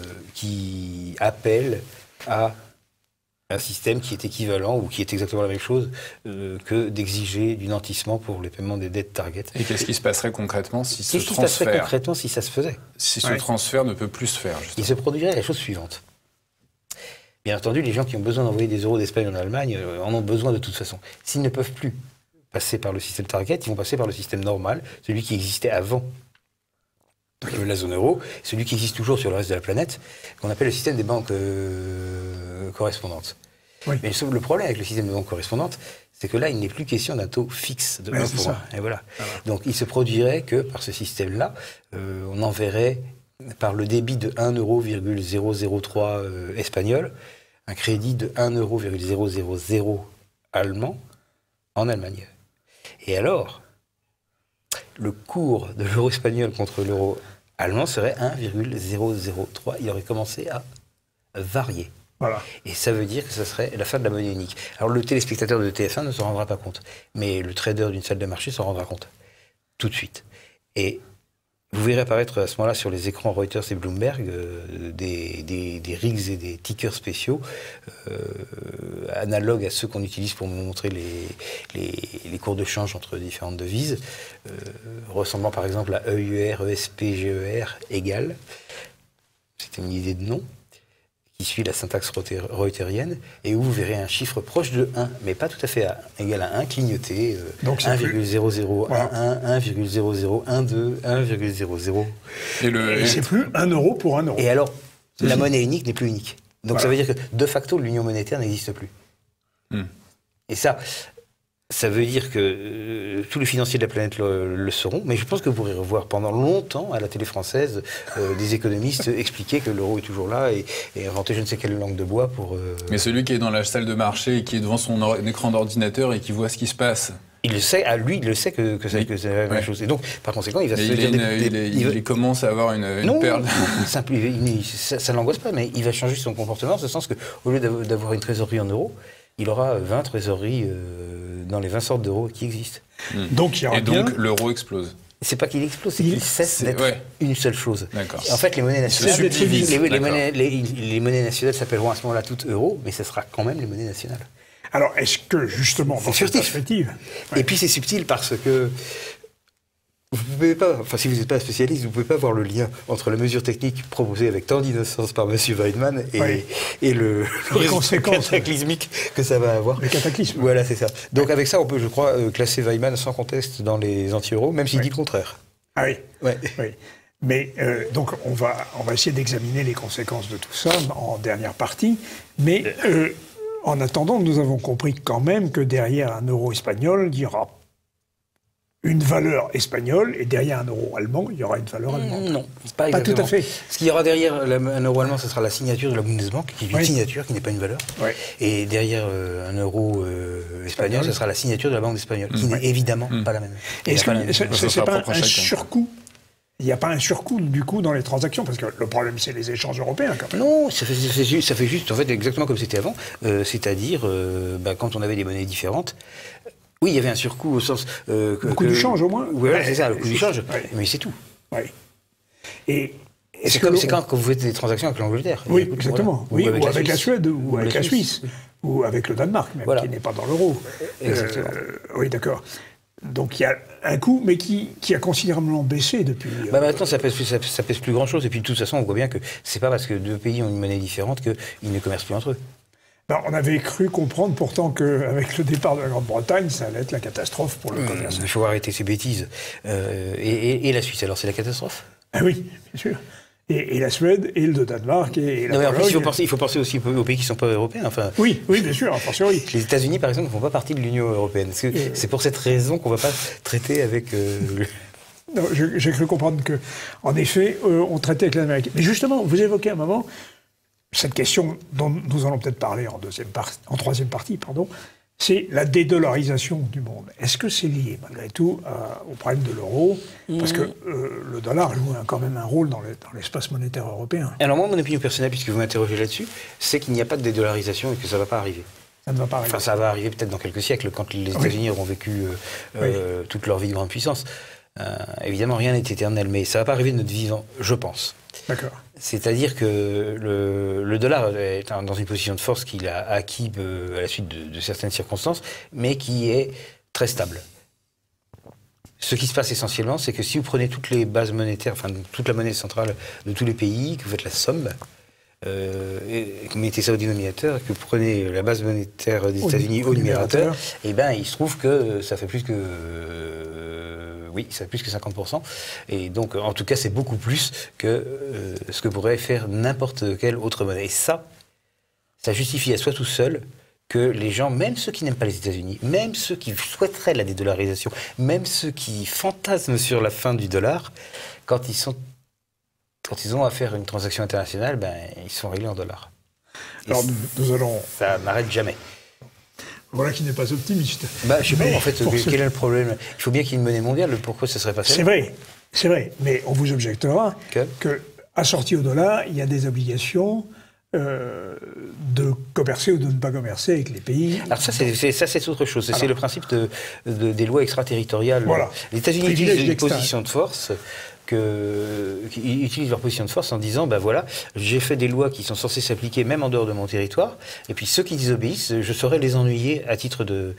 qui appellent à un système qui est équivalent ou qui est exactement la même chose que d'exiger du nantissement pour le paiement des dettes target. Et qu'est-ce qui se passerait concrètement si ce transfert... Qu'est-ce qui se passerait concrètement si ça se faisait ? Si ce transfert ne peut plus se faire, justement. Il se produirait la chose suivante. Bien entendu, les gens qui ont besoin d'envoyer des euros d'Espagne en Allemagne en ont besoin de toute façon. S'ils ne peuvent plus passer par le système target, ils vont passer par le système normal, celui qui existait avant la zone euro, celui qui existe toujours sur le reste de la planète, qu'on appelle le système des banques correspondantes. Oui. Mais le problème avec le système de banques correspondantes, c'est que là, il n'est plus question d'un taux fixe de 1 pour 1. Et voilà. Donc, il se produirait que, par ce système-là, on enverrait, par le débit de 1,003 € espagnol, un crédit de 1,000 allemand en Allemagne. Et alors, le cours de l'euro espagnol contre l'euro allemand serait 1,003. Il aurait commencé à varier. Voilà. Et ça veut dire que ça serait la fin de la monnaie unique. Alors le téléspectateur de TF1 ne s'en rendra pas compte, mais le trader d'une salle de marché s'en rendra compte, tout de suite. Et vous verrez apparaître à ce moment-là sur les écrans Reuters et Bloomberg des rigs et des tickers spéciaux analogues à ceux qu'on utilise pour montrer les cours de change entre différentes devises, ressemblant par exemple à EUR, ESP, GER égale. C'était une idée de nom qui suit la syntaxe reutérienne, et où vous verrez un chiffre proche de 1, mais pas tout à fait égal à 1, clignoté, 1,0011, 1,0012, 1,00. Et c'est plus 1 euro pour 1 euro. Et alors, la monnaie unique n'est plus unique. Donc ça veut dire que, de facto, l'union monétaire n'existe plus. Et ça veut dire que tous les financiers de la planète le sauront, mais je pense que vous pourrez revoir pendant longtemps à la télé française des économistes expliquer que l'euro est toujours là et inventer je ne sais quelle langue de bois pour... Mais celui qui est dans la salle de marché et qui est devant son écran d'ordinateur et qui voit ce qui se passe... Il le sait, lui, il le sait que c'est la même chose. Et donc, par conséquent, il va se dire... Il commence à avoir une perle. Ça ne l'angoisse pas, mais il va changer son comportement, en ce sens qu'au lieu d'avoir une trésorerie en euros, il aura 20 trésoreries dans les 20 sortes d'euros qui existent. Donc, l'euro explose. C'est pas qu'il explose, c'est qu'il cesse d'être une seule chose. D'accord. En fait, les monnaies nationales, les monnaies nationales s'appelleront à ce moment-là toutes euros, mais ce sera quand même les monnaies nationales. Alors, est-ce que, justement, dans cette perspective... Et puis, c'est subtil parce que vous ne pouvez pas, si vous n'êtes pas spécialiste, vous ne pouvez pas voir le lien entre la mesure technique proposée avec tant d'innocence par M. Weidmann et le conséquences cataclysmique que ça va avoir. Le cataclysme. Voilà, c'est ça. Donc, avec ça, on peut, je crois, classer Weidmann sans conteste dans les anti-euros, même s'il dit le contraire. Ah oui. Oui. Mais donc, on va essayer d'examiner les conséquences de tout ça en dernière partie. Mais en attendant, nous avons compris quand même que derrière un euro espagnol, il y aura une valeur espagnole, et derrière un euro allemand, il y aura une valeur allemande. Non, pas exactement. Pas tout à fait. Ce qu'il y aura derrière un euro allemand, ce sera la signature de la Bundesbank, qui est une signature, qui n'est pas une valeur. Et derrière un euro espagnol, ce sera la signature de la Banque espagnole, qui n'est évidemment pas la même. Est-ce que c'est pas un surcoût ? Il n'y a pas un surcoût, du coup, dans les transactions? Parce que le problème, c'est les échanges européens, quand même. Non, ça fait juste, en fait, exactement comme c'était avant. C'est-à-dire, quand on avait des monnaies différentes, oui, il y avait un surcoût au sens... le coût du change, au moins? Oui, c'est ça, le coût du change. Mais c'est tout. Oui. Et c'est quand vous faites des transactions avec l'Angleterre. Oui, exactement. Ou avec la Suède, ou avec la Suisse. Ou avec le Danemark, même, qui n'est pas dans l'euro. Exactement. Oui, d'accord. Donc il y a un coût, mais qui a considérablement baissé depuis... Maintenant, ça pèse plus grand-chose. Et puis, de toute façon, on voit bien que c'est pas parce que deux pays ont une monnaie différente qu'ils ne commercent plus entre eux. On avait cru comprendre pourtant qu'avec le départ de la Grande-Bretagne, ça allait être la catastrophe pour le commerce. Il faut arrêter ces bêtises. Et la Suisse, alors, c'est la catastrophe? Ah oui, bien sûr. Et la Suède, et le Danemark, et la Non, mais en Pologne. plus, il faut penser aussi aux pays qui ne sont pas européens. Enfin, oui, bien sûr, a fortiori. Les États-Unis, par exemple, ne font pas partie de l'Union européenne. C'est pour cette raison qu'on ne va pas traiter avec... Non, j'ai cru comprendre qu'en effet, on traitait avec l'Amérique. Mais justement, vous évoquez un moment cette question dont nous allons peut-être parler en troisième partie, c'est la dédollarisation du monde. Est-ce que c'est lié, malgré tout, au problème de l'euro? Parce que le dollar joue quand même un rôle dans l'espace monétaire européen. Alors moi, mon opinion personnelle, puisque vous m'interrogez là-dessus, c'est qu'il n'y a pas de dédollarisation et que ça ne va pas arriver. Ça ne va pas arriver. Enfin, ça va arriver peut-être dans quelques siècles, quand les États-Unis auront vécu toute leur vie de grande puissance. Évidemment, rien n'est éternel, mais ça ne va pas arriver de notre vivant, je pense. D'accord. C'est-à-dire que le dollar est dans une position de force qu'il a acquis à la suite de certaines circonstances, mais qui est très stable. Ce qui se passe essentiellement, c'est que si vous prenez toutes les bases monétaires, enfin toute la monnaie centrale de tous les pays, que vous faites la somme, et que vous mettez ça au dénominateur, que vous prenez la base monétaire des États-Unis au numérateur, et ben il se trouve que ça fait plus que... oui, ça fait plus que 50%. Et donc, en tout cas, c'est beaucoup plus que ce que pourrait faire n'importe quelle autre monnaie. Et ça justifie à soi tout seul que les gens, même ceux qui n'aiment pas les États-Unis, même ceux qui souhaiteraient la dédollarisation, même ceux qui fantasment sur la fin du dollar, quand ils ont à faire une transaction internationale, ils sont réglés en dollars. Alors, nous allons... Ça n'arrête jamais. Voilà qui n'est pas optimiste. Je ne sais pas, en fait, quel est le problème? Il faut bien qu'il y ait une monnaie mondiale, pourquoi ça serait pas ça? C'est vrai, mais on vous objectera que assorti au dollar, il y a des obligations de commercer ou de ne pas commercer avec les pays. Alors ça, c'est autre chose. C'est le principe des lois extraterritoriales. Voilà. Les États-Unis utilisent une position de force qui utilisent leur position de force en disant, voilà, j'ai fait des lois qui sont censées s'appliquer même en dehors de mon territoire, et puis ceux qui désobéissent, je saurais les ennuyer à titre de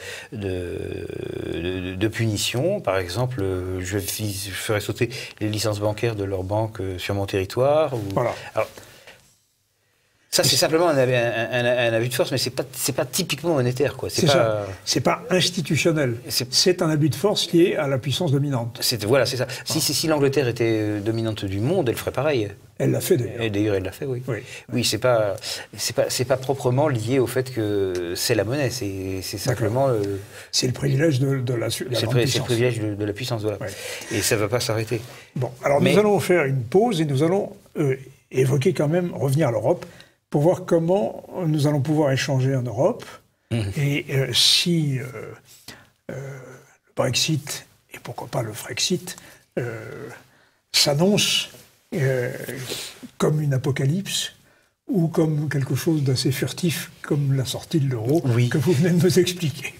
punition. Par exemple, je ferai sauter les licences bancaires de leur banque sur mon territoire. Voilà. Alors, ça, c'est simplement un abus de force, mais c'est pas typiquement monétaire, quoi. C'est pas institutionnel. C'est un abus de force lié à la puissance dominante. Voilà, c'est ça. Si l'Angleterre était dominante du monde, elle ferait pareil. Elle l'a fait d'ailleurs. Et d'ailleurs, elle l'a fait, oui. Oui, c'est pas proprement lié au fait que c'est la monnaie. C'est simplement. C'est le privilège de la puissance. C'est le privilège de la puissance, voilà. Ouais. Et ça va pas s'arrêter. Bon, alors nous allons faire une pause et nous allons évoquer quand même, revenir à l'Europe, pour voir comment nous allons pouvoir échanger en Europe. Et si le Brexit, et pourquoi pas le Frexit, s'annonce comme une apocalypse, ou comme quelque chose d'assez furtif, comme la sortie de l'euro, que vous venez de nous expliquer.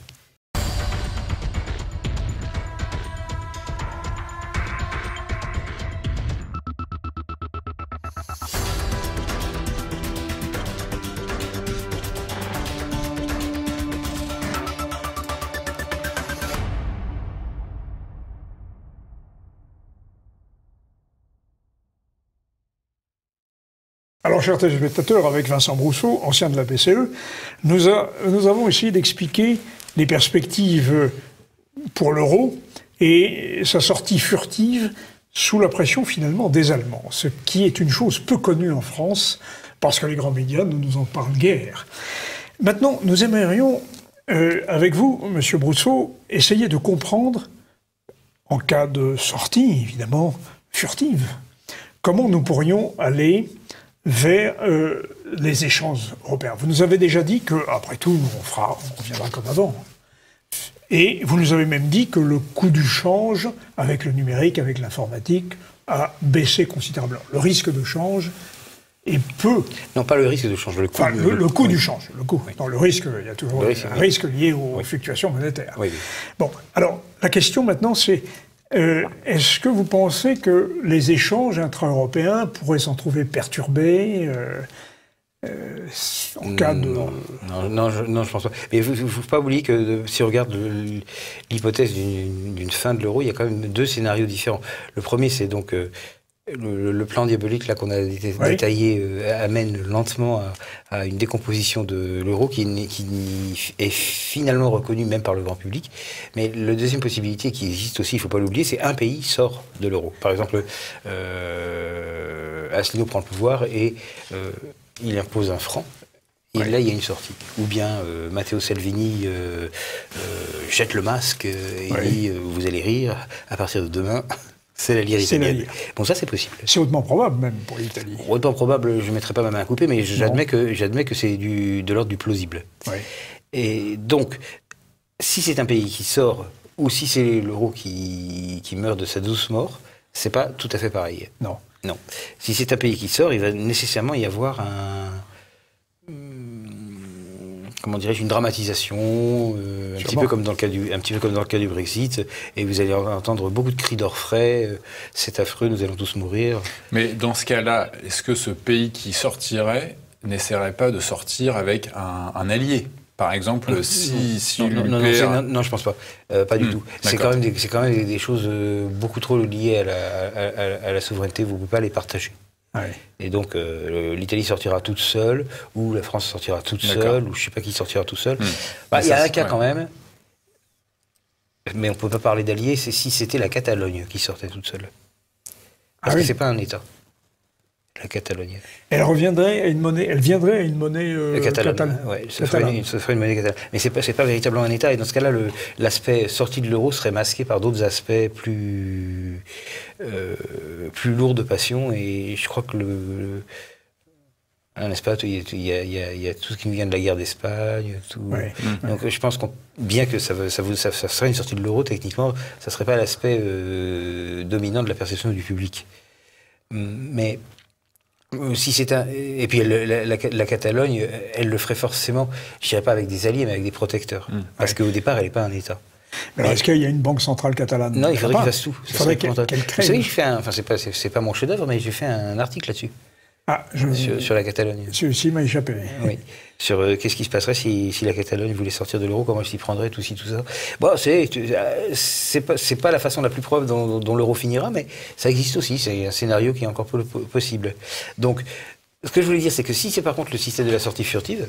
Alors, chers téléspectateurs, avec Vincent Brousseau, ancien de la BCE, nous avons essayé d'expliquer les perspectives pour l'euro et sa sortie furtive sous la pression finalement des Allemands, ce qui est une chose peu connue en France parce que les grands médias ne nous en parlent guère. Maintenant, nous aimerions, avec vous, Monsieur Brousseau, essayer de comprendre, en cas de sortie évidemment furtive, comment nous pourrions aller vers les échanges européens. Vous nous avez déjà dit que, après tout, on reviendra comme avant. Et vous nous avez même dit que le coût du change, avec le numérique, avec l'informatique, a baissé considérablement. Le risque de change est peu... Non, pas le risque de change, le coût. Enfin, le coût du change. Le coût. Oui. Non, le risque, il y a toujours un risque lié aux fluctuations monétaires. Oui. Bon, alors, la question maintenant, c'est... est-ce que vous pensez que les échanges intra-européens pourraient s'en trouver perturbés en cas de... Non, je pense pas. Mais il ne faut pas oublier que si on regarde l'hypothèse d'une fin de l'euro, il y a quand même deux scénarios différents. Le premier, c'est donc le plan diabolique là qu'on a détaillé amène lentement à une décomposition de l'euro qui est finalement reconnue même par le grand public. Mais la deuxième possibilité qui existe aussi, il ne faut pas l'oublier, c'est un pays sort de l'euro. Par exemple, Asselineau prend le pouvoir et il impose un franc. Et là, il y a une sortie. Ou bien Matteo Salvini jette le masque et dit vous allez rire, à partir de demain, c'est la lire italienne. Bon, ça, c'est possible. C'est hautement probable, même, pour l'Italie. Hautement probable, je ne mettrai pas ma main à couper, mais j'admets que c'est de l'ordre du plausible. Oui. Et donc, si c'est un pays qui sort, ou si c'est l'euro qui meurt de sa douce mort, c'est pas tout à fait pareil. Non. Non. Si c'est un pays qui sort, il va nécessairement y avoir comment dirais-je, une dramatisation, un petit peu comme dans le cas du Brexit, et vous allez entendre beaucoup de cris d'orfraie, c'est affreux, nous allons tous mourir. Mais dans ce cas-là, est-ce que ce pays qui sortirait n'essaierait pas de sortir avec un allié ? Par exemple, non, je pense pas. Pas du tout. C'est quand même des choses beaucoup trop liées à la souveraineté. Vous ne pouvez pas les partager. Ouais. Et donc, l'Italie sortira toute seule, ou la France sortira toute seule, ou je ne sais pas qui sortira tout seul. Il y a un cas quand même, mais on ne peut pas parler d'alliés, c'est si c'était la Catalogne qui sortait toute seule. Parce que ce n'est pas un État. La Catalogne. Elle viendrait à une monnaie catalane. Oui, ce serait une monnaie catalane. Mais c'est pas véritablement un État. Et dans ce cas-là, l'aspect sortie de l'euro serait masqué par d'autres aspects plus lourds de passion. Et je crois que n'est-ce pas, il y a tout ce qui nous vient de la guerre d'Espagne. Donc je pense bien que ça serait une sortie de l'euro, techniquement, ça ne serait pas l'aspect dominant de la perception du public. Mais si c'est et puis la Catalogne, elle le ferait forcément, je dirais pas avec des alliés, mais avec des protecteurs. Parce qu'au départ, elle n'est pas un État. Mais est-ce qu'il y a une banque centrale catalane ? Non, il faudrait qu'il fasse tout. Il faudrait qu'elle crée. Vous savez, c'est pas mon chef-d'œuvre, mais j'ai fait un article là-dessus. Sur la Catalogne. Celui-ci m'a échappé. Oui. Sur qu'est-ce qui se passerait si la Catalogne voulait sortir de l'euro, comment elle s'y prendrait, tout ça. Bon, c'est pas la façon la plus probable dont l'euro finira, mais ça existe aussi. C'est un scénario qui est encore possible. Donc, ce que je voulais dire, c'est que si c'est par contre le système de la sortie furtive,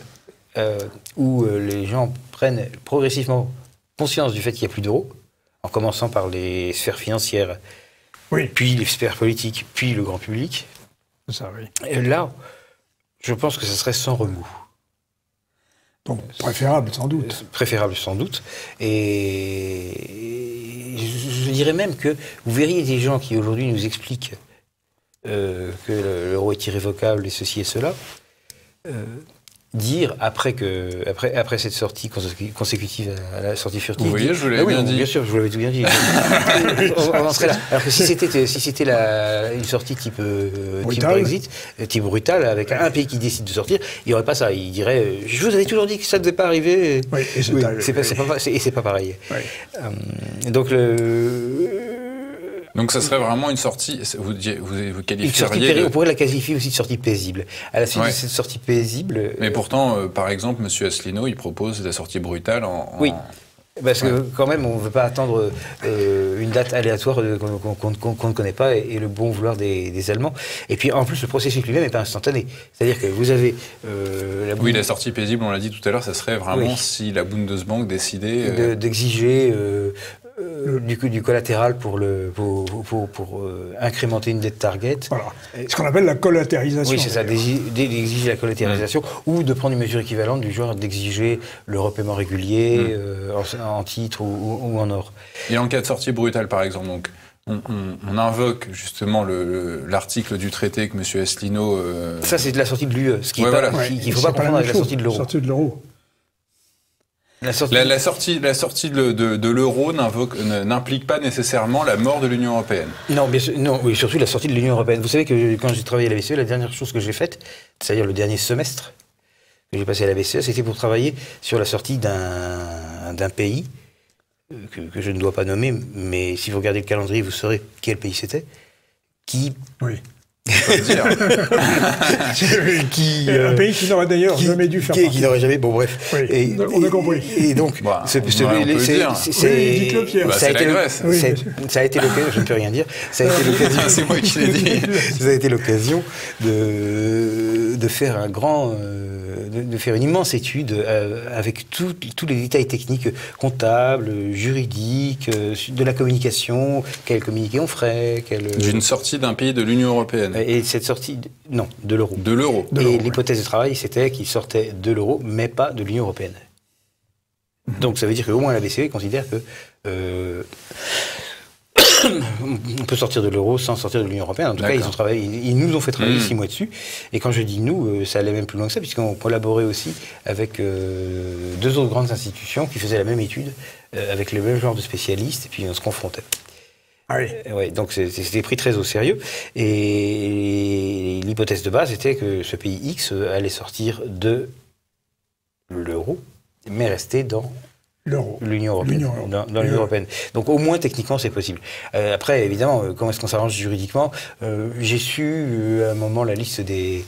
où les gens prennent progressivement conscience du fait qu'il n'y a plus d'euros, en commençant par les sphères financières, puis les sphères politiques, puis le grand public. Ça, oui. Et là, je pense que ça serait sans remous. Donc, préférable, sans doute. Préférable, sans doute. Et je dirais même que vous verriez des gens qui, aujourd'hui, nous expliquent que l'euro est irrévocable et ceci et cela, dire, après cette sortie consécutive à la sortie furtive... Vous voyez, je vous l'avais bien dit. Bien sûr, je vous l'avais tout bien dit. on en serait là. Alors que si c'était une sortie type Brexit, type brutal, avec un pays qui décide de sortir, il n'y aurait pas ça. Il dirait « Je vous avais toujours dit que ça ne devait pas arriver. » Oui, et c'est pas pareil. Oui. Donc ça serait vraiment une sortie, vous qualifieriez... On pourrait la qualifier aussi de sortie paisible. À la suite de cette sortie paisible... Mais pourtant, par exemple, M. Asselineau, il propose la sortie brutale Oui, parce que quand même, on ne veut pas attendre une date aléatoire qu'on ne connaît pas et le bon vouloir des Allemands. Et puis en plus, le processus lui-même n'est pas instantané. C'est-à-dire que vous avez... la sortie paisible, on l'a dit tout à l'heure, ça serait vraiment si la Bundesbank décidait... d'exiger... du collatéral pour incrémenter une dette target. Voilà. Ce qu'on appelle la collatéralisation. Oui, c'est ça, d'exiger la collatéralisation ou de prendre une mesure équivalente du genre d'exiger le repaiement régulier en titre ou en or. Et en cas de sortie brutale, par exemple, donc, on invoque justement l'article du traité que M. Asselineau... Ça, c'est de la sortie de l'UE, ce qu'il ne faut pas confondre avec la sortie de l'euro. Sortie de l'euro. La sortie de l'euro n'implique pas nécessairement la mort de l'Union européenne. Non, oui, surtout la sortie de l'Union européenne. Vous savez que quand j'ai travaillé à la BCE, la dernière chose que j'ai faite, c'est-à-dire le dernier semestre que j'ai passé à la BCE, c'était pour travailler sur la sortie d'un pays que je ne dois pas nommer, mais si vous regardez le calendrier, vous saurez quel pays c'était, qui faut le dire. Un pays qui n'aurait d'ailleurs jamais dû faire partie. Qui n'aurait jamais... Bon, bref. Oui, on a compris. Et donc, dites-le, Pierre. Ça a été la Grèce. Ça a été l'occasion, je ne peux rien dire, ça a été l'occasion... C'est moi qui l'ai dit. Ça a été l'occasion de faire de faire une immense étude avec tous les détails techniques, comptables, juridiques, de la communication, quel communiqué on ferait, D'une sortie d'un pays de l'Union européenne. Et cette sortie, non, de l'euro. De l'euro. Et l'hypothèse de travail, c'était qu'il sortait de l'euro, mais pas de l'Union européenne. Donc ça veut dire qu'au moins la BCE considère que on peut sortir de l'euro sans sortir de l'Union européenne. En tout cas, ils nous ont fait travailler 6 mois dessus. Et quand je dis nous, ça allait même plus loin que ça, puisqu'on collaborait aussi avec 2 autres grandes institutions qui faisaient la même étude, avec le même genre de spécialistes, et puis on se confrontait. Ah oui. Ouais, donc c'était pris très au sérieux. Et l'hypothèse de base était que ce pays X allait sortir de l'euro, mais rester dans l'Union européenne. Dans l'Union européenne. Donc au moins techniquement c'est possible. Après évidemment, comment est-ce qu'on s'arrange juridiquement? J'ai su à un moment la liste des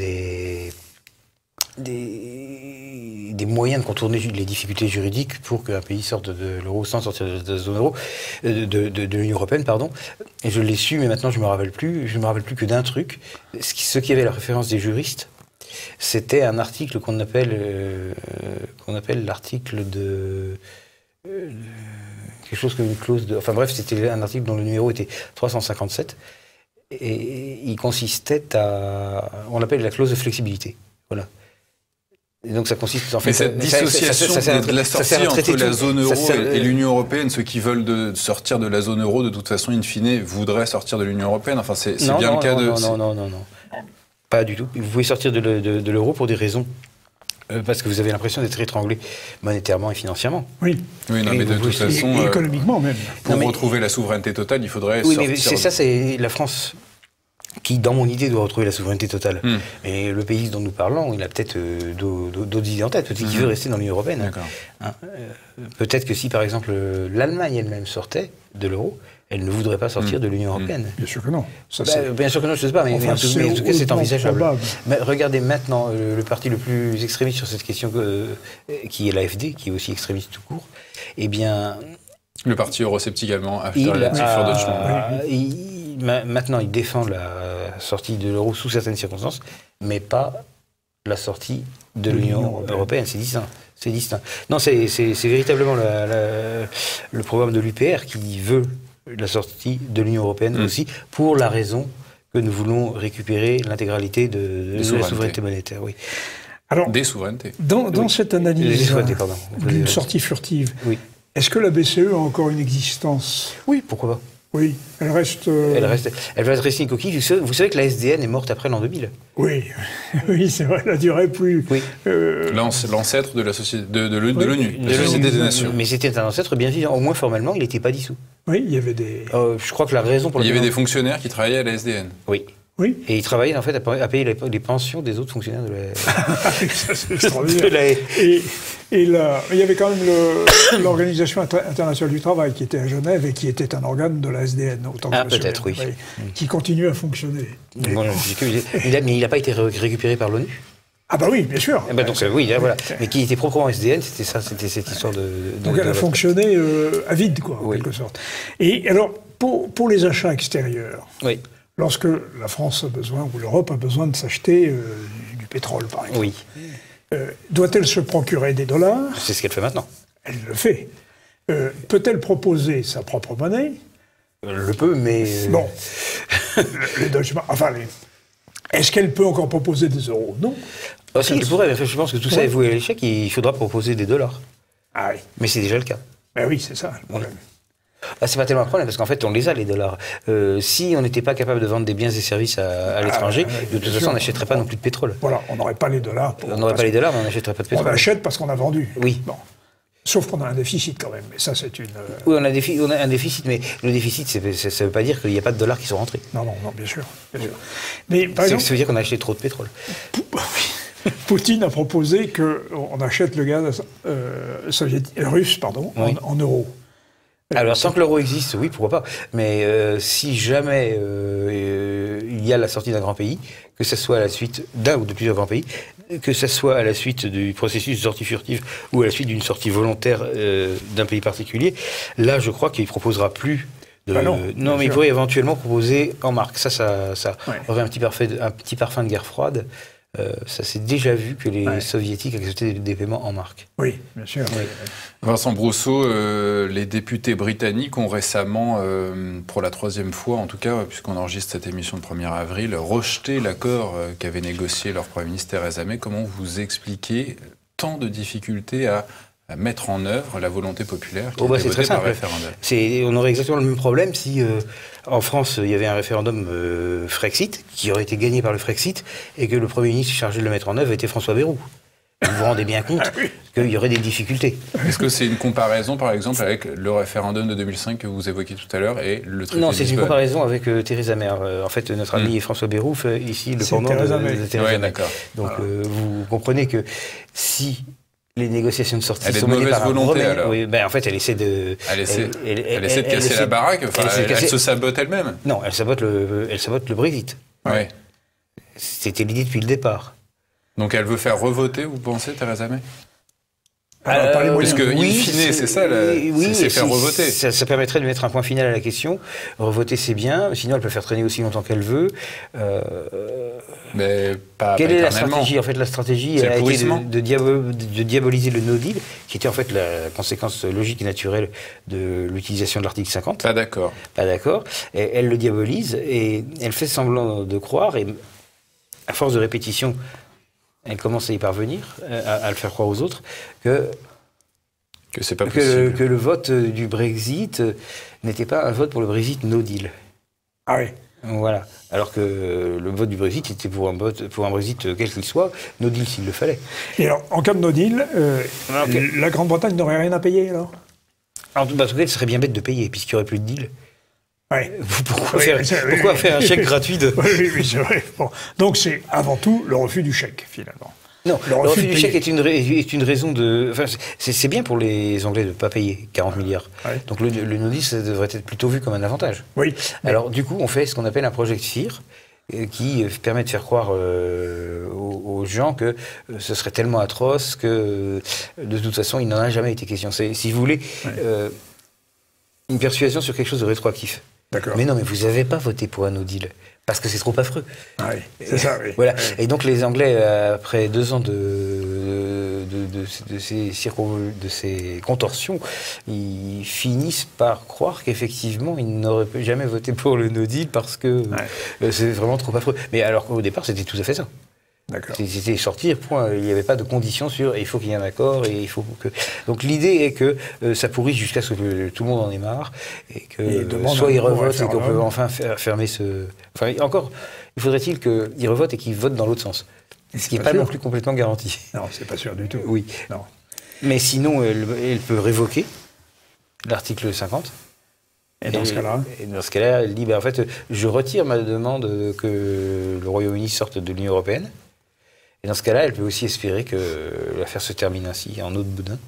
moyens de contourner les difficultés juridiques pour qu'un pays sorte de l'euro sans sortir de la zone euro, de l'Union européenne, pardon. Et je l'ai su, mais maintenant je me rappelle plus. Je me rappelle plus que d'un truc. Ce qui avait la référence des juristes, c'était un article qu'on appelle l'article de quelque chose comme une clause de. Enfin bref, c'était un article dont le numéro était 357 et il consistait on l'appelle la clause de flexibilité. Voilà. Et donc ça consiste en fait... Mais cette dissociation de la sortie entre la zone euro et l'Union européenne, ceux qui veulent sortir de la zone euro, de toute façon, in fine, voudraient sortir de l'Union européenne. Enfin, c'est bien le cas de... Non. Pas du tout. Vous pouvez sortir de l'euro pour des raisons. Parce que vous avez l'impression d'être étranglé monétairement et financièrement. Oui. Oui, non, mais de toute façon... Et économiquement même. Pour retrouver la souveraineté totale, il faudrait sortir... Oui, mais c'est la France... qui, dans mon idée, doit retrouver la souveraineté totale. Et le pays dont nous parlons, il a peut-être d'autres idées en tête. Peut-être qu'il veut rester dans l'Union européenne. Peut-être que si, par exemple, l'Allemagne elle-même sortait de l'euro, elle ne voudrait pas sortir de l'Union européenne. Bien sûr que non. Bien sûr que non, je ne sais pas, mais en tout cas, c'est envisageable. Mais regardez maintenant le parti le plus extrémiste sur cette question, qui est l'AfD, qui est aussi extrémiste tout court. Eh bien... Le parti eurosceptique allemand, maintenant, il défend la sortie de l'euro sous certaines circonstances, mais pas la sortie de l'Union européenne. C'est distinct. Non, c'est véritablement le programme de l'UPR qui veut la sortie de l'Union européenne aussi, pour la raison que nous voulons récupérer l'intégralité de la souveraineté monétaire. Oui. Alors, des souverainetés. Dans cette analyse d'une sortie furtive, est-ce que la BCE a encore une existence? Oui, pourquoi pas. Oui, elle reste... Elle va rester une coquille. Vous savez que la SDN est morte après l'an 2000. Oui, oui, c'est vrai, elle a duré plus... Oui. L'ancêtre de la société de l'ONU, la Société des Nations. Mais c'était un ancêtre bien vivant. Au moins formellement, il n'était pas dissous. Oui, il y avait des... je crois que la raison pour laquelle... Il y avait des fonctionnaires qui travaillaient à la SDN. Oui. Oui. Et ils travaillaient en fait à payer les pensions des autres fonctionnaires de la... Ça, c'est extraordinaire. Et là, il y avait quand même l'Organisation internationale du travail qui était à Genève et qui était un organe de la SDN. Autant que peut-être, oui. Qui continue à fonctionner. Mais il n'a pas été récupéré par l'ONU. Ah bah oui, bien sûr. Donc oui, voilà. Mais qui était proprement SDN, c'était cette histoire de... Donc elle a fonctionné à vide, quoi, en quelque sorte. Et alors, pour les achats extérieurs... Oui. Lorsque la France a besoin, ou l'Europe a besoin de s'acheter du pétrole, par exemple, doit-elle se procurer des dollars? C'est ce qu'elle fait maintenant. Elle le fait. Peut-elle proposer sa propre monnaie? Elle le peut, mais... Bon. les Deutsche Mark, est-ce qu'elle peut encore proposer des euros? Non. Si, elle pourrait. Mais je pense que tout ça est voué à l'échec. Il faudra proposer des dollars. Ah oui. Mais c'est déjà le cas. Ben oui, c'est ça le problème. C'est pas tellement un problème, parce qu'en fait, on les a, les dollars. Si on n'était pas capable de vendre des biens et services à l'étranger, de toute façon, on n'achèterait pas non plus de pétrole. Voilà, on n'aurait pas les dollars. On n'aurait pas les dollars, mais on n'achèterait pas de pétrole. On achète parce qu'on a vendu. Oui. Bon. Sauf qu'on a un déficit quand même, mais ça c'est une... Oui, on a un déficit, mais le déficit, ça ne veut pas dire qu'il n'y a pas de dollars qui sont rentrés. Non, bien sûr. Mais par exemple... Ça veut dire qu'on a acheté trop de pétrole. Poutine a proposé qu'on achète le gaz russe en euros. Alors, tant que l'euro existe, oui, pourquoi pas. Mais si jamais il y a la sortie d'un grand pays, que ce soit à la suite d'un ou de plusieurs grands pays, que ce soit à la suite du processus de sortie furtive ou à la suite d'une sortie volontaire d'un pays particulier, là, je crois qu'il ne proposera plus de... non, mais il pourrait éventuellement proposer en marque. Ça aurait un petit parfum de guerre froide. Ça s'est déjà vu que les soviétiques acceptaient des paiements en marque. Oui, bien sûr. Oui. Vincent Brousseau, les députés britanniques ont récemment, pour la 3e fois en tout cas, puisqu'on enregistre cette émission le 1er avril, rejeté l'accord qu'avait négocié leur Premier ministre Theresa May. Comment vous expliquez tant de difficultés à mettre en œuvre la volonté populaire qui a été votée par référendum? On aurait exactement le même problème si en France il y avait un référendum Frexit qui aurait été gagné par le Frexit et que le Premier ministre chargé de le mettre en œuvre était François Bayrou. Vous vous rendez bien compte qu'il y aurait des difficultés. Est-ce que c'est une comparaison, par exemple, avec le référendum de 2005 que vous évoquiez tout à l'heure et le traité de Non, c'est Lisbonne? une comparaison avec Theresa May. En fait, notre ami François Bayrou fait ici le pendant de Theresa May. D'accord. Donc vous comprenez que si les négociations de sortie sont menées par volonté, alors. Oui, en fait, elle essaie de... Elle essaie de casser la baraque, elle se sabote elle-même. Non, elle sabote le Brexit. Ouais. C'était l'idée depuis le départ. Donc elle veut faire revoter, vous pensez, Theresa May? Parce que, in fine, c'est ça, c'est faire revoter. Ça permettrait de mettre un point final à la question. Revoter, c'est bien, sinon elle peut faire traîner aussi longtemps qu'elle veut. Mais pas Quelle est la stratégie? En fait, la stratégie a été de diaboliser le no deal, qui était en fait la conséquence logique et naturelle de l'utilisation de l'article 50. Pas d'accord. Pas d'accord. Et elle le diabolise et elle fait semblant de croire, et à force de répétition, elle commence à y parvenir, à le faire croire aux autres, que c'est pas possible. Que le vote du Brexit n'était pas un vote pour le Brexit no deal. Ah oui. Voilà. Alors que le vote du Brexit était pour un Brexit quel qu'il soit, no deal s'il le fallait. Et alors, en cas de no deal, la Grande-Bretagne n'aurait rien à payer alors? En tout cas, ce serait bien bête de payer, puisqu'il n'y aurait plus de deal. Ouais. Pourquoi faire un chèque gratuit de... Oui, c'est vrai. Bon. Donc c'est avant tout le refus du chèque, finalement. Non, le refus du chèque est une raison de... Enfin, c'est bien pour les Anglais de ne pas payer 40 milliards. Ouais. Donc le no deal, ça devrait être plutôt vu comme un avantage. Oui. Alors du coup, on fait ce qu'on appelle un project fear, qui permet de faire croire aux gens que ce serait tellement atroce que de toute façon, il n'en a jamais été question. C'est, si vous voulez, une persuasion sur quelque chose de rétroactif. D'accord. Mais non, mais vous n'avez pas voté pour un no deal, parce que c'est trop affreux. Ah oui, c'est ça, oui. Voilà. Oui. Et donc les Anglais, après 2 ans de ces contorsions, ils finissent par croire qu'effectivement, ils n'auraient jamais voté pour le no deal parce que c'est vraiment trop affreux. Mais alors qu'au départ, c'était tout à fait ça. D'accord. C'était sortir, point. Il n'y avait pas de conditions sur il faut qu'il y ait un accord et il faut que... Donc l'idée est que ça pourrisse jusqu'à ce que tout le monde en ait marre et que soit ils revotent et qu'on peut enfin fermer ce... Enfin, encore, il faudrait-il qu'ils revotent et qu'ils votent dans l'autre sens. Ce qui n'est pas non plus complètement garanti. Non, c'est pas sûr du tout. Oui. Non. Mais sinon, elle peut révoquer l'article 50. Et dans ce cas-là elle dit, en fait, je retire ma demande que le Royaume-Uni sorte de l'Union européenne. Et dans ce cas-là, elle peut aussi espérer que l'affaire se termine ainsi, en eau de boudin,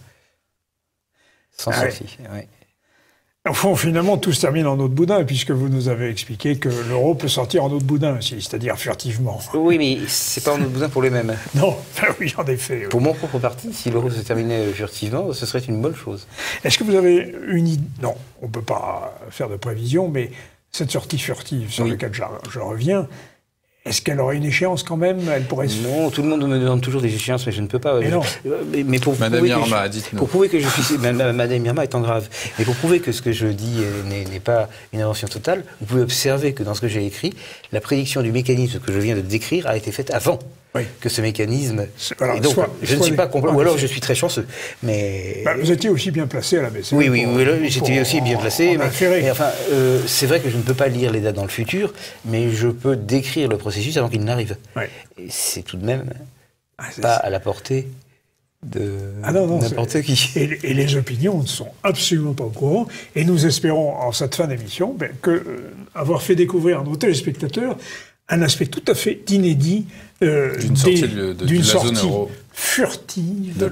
sans sortie. Ouais. Au fond, finalement, tout se termine en eau de boudin, puisque vous nous avez expliqué que l'euro peut sortir en eau de boudin aussi, c'est-à-dire furtivement. Oui, mais c'est pas en eau de boudin pour les mêmes. Non, oui, en effet. Oui. Pour mon propre parti, si l'euro se terminait furtivement, ce serait une bonne chose. Est-ce que vous avez une idée? Non, on ne peut pas faire de prévision, mais cette sortie furtive sur laquelle je reviens, est-ce qu'elle aurait une échéance quand même? Elle pourrait se... Non, tout le monde me demande toujours des échéances, mais je ne peux pas. Mais non. Mais pour Madame Irma, dites-nous. Pour prouver que je suis... Madame Irma étant grave. Mais pour prouver que ce que je dis n'est pas une invention totale, vous pouvez observer que dans ce que j'ai écrit, la prédiction du mécanisme que je viens de décrire a été faite avant que ce mécanisme... Voilà, et donc, je ne suis pas complet, ou alors je suis très chanceux. Mais... vous étiez aussi bien placé à la BCE. Oui, j'étais aussi bien placé. Mais enfin, c'est vrai que je ne peux pas lire les dates dans le futur, mais je peux décrire le processus avant qu'il n'arrive. Et c'est tout de même pas à la portée de n'importe qui. Et les opinions ne sont absolument pas au courant. Et nous espérons, en cette fin d'émission, avoir fait découvrir à nos téléspectateurs un aspect tout à fait inédit d'une sortie de la zone euro, furtive de l'euro.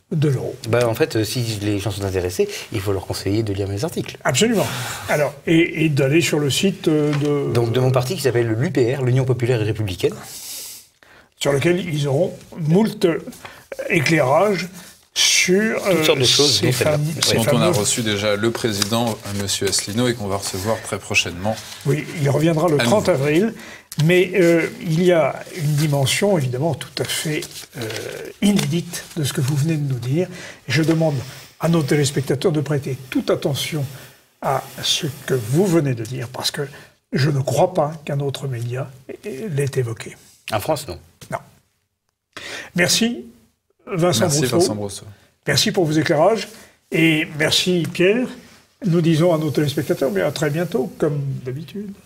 de l'euro. En fait, si les gens sont intéressés, il faut leur conseiller de lire mes articles. Absolument. Alors, et d'aller sur le site Donc de mon parti qui s'appelle l'UPR, l'Union Populaire et Républicaine. Sur lequel ils auront moult éclairages sur toutes sortes de choses ces dont on a reçu déjà le président, M. Asselineau, et qu'on va recevoir très prochainement. Oui, il reviendra le 30 avril. Mais il y a une dimension, évidemment, tout à fait inédite de ce que vous venez de nous dire. Et je demande à nos téléspectateurs de prêter toute attention à ce que vous venez de dire, parce que je ne crois pas qu'un autre média l'ait évoqué. En France, non. Non. Merci, Vincent Brousseau. Merci, Vincent Brousseau. Merci pour vos éclairages. Et merci, Pierre. Nous disons à nos téléspectateurs, mais à très bientôt, comme d'habitude.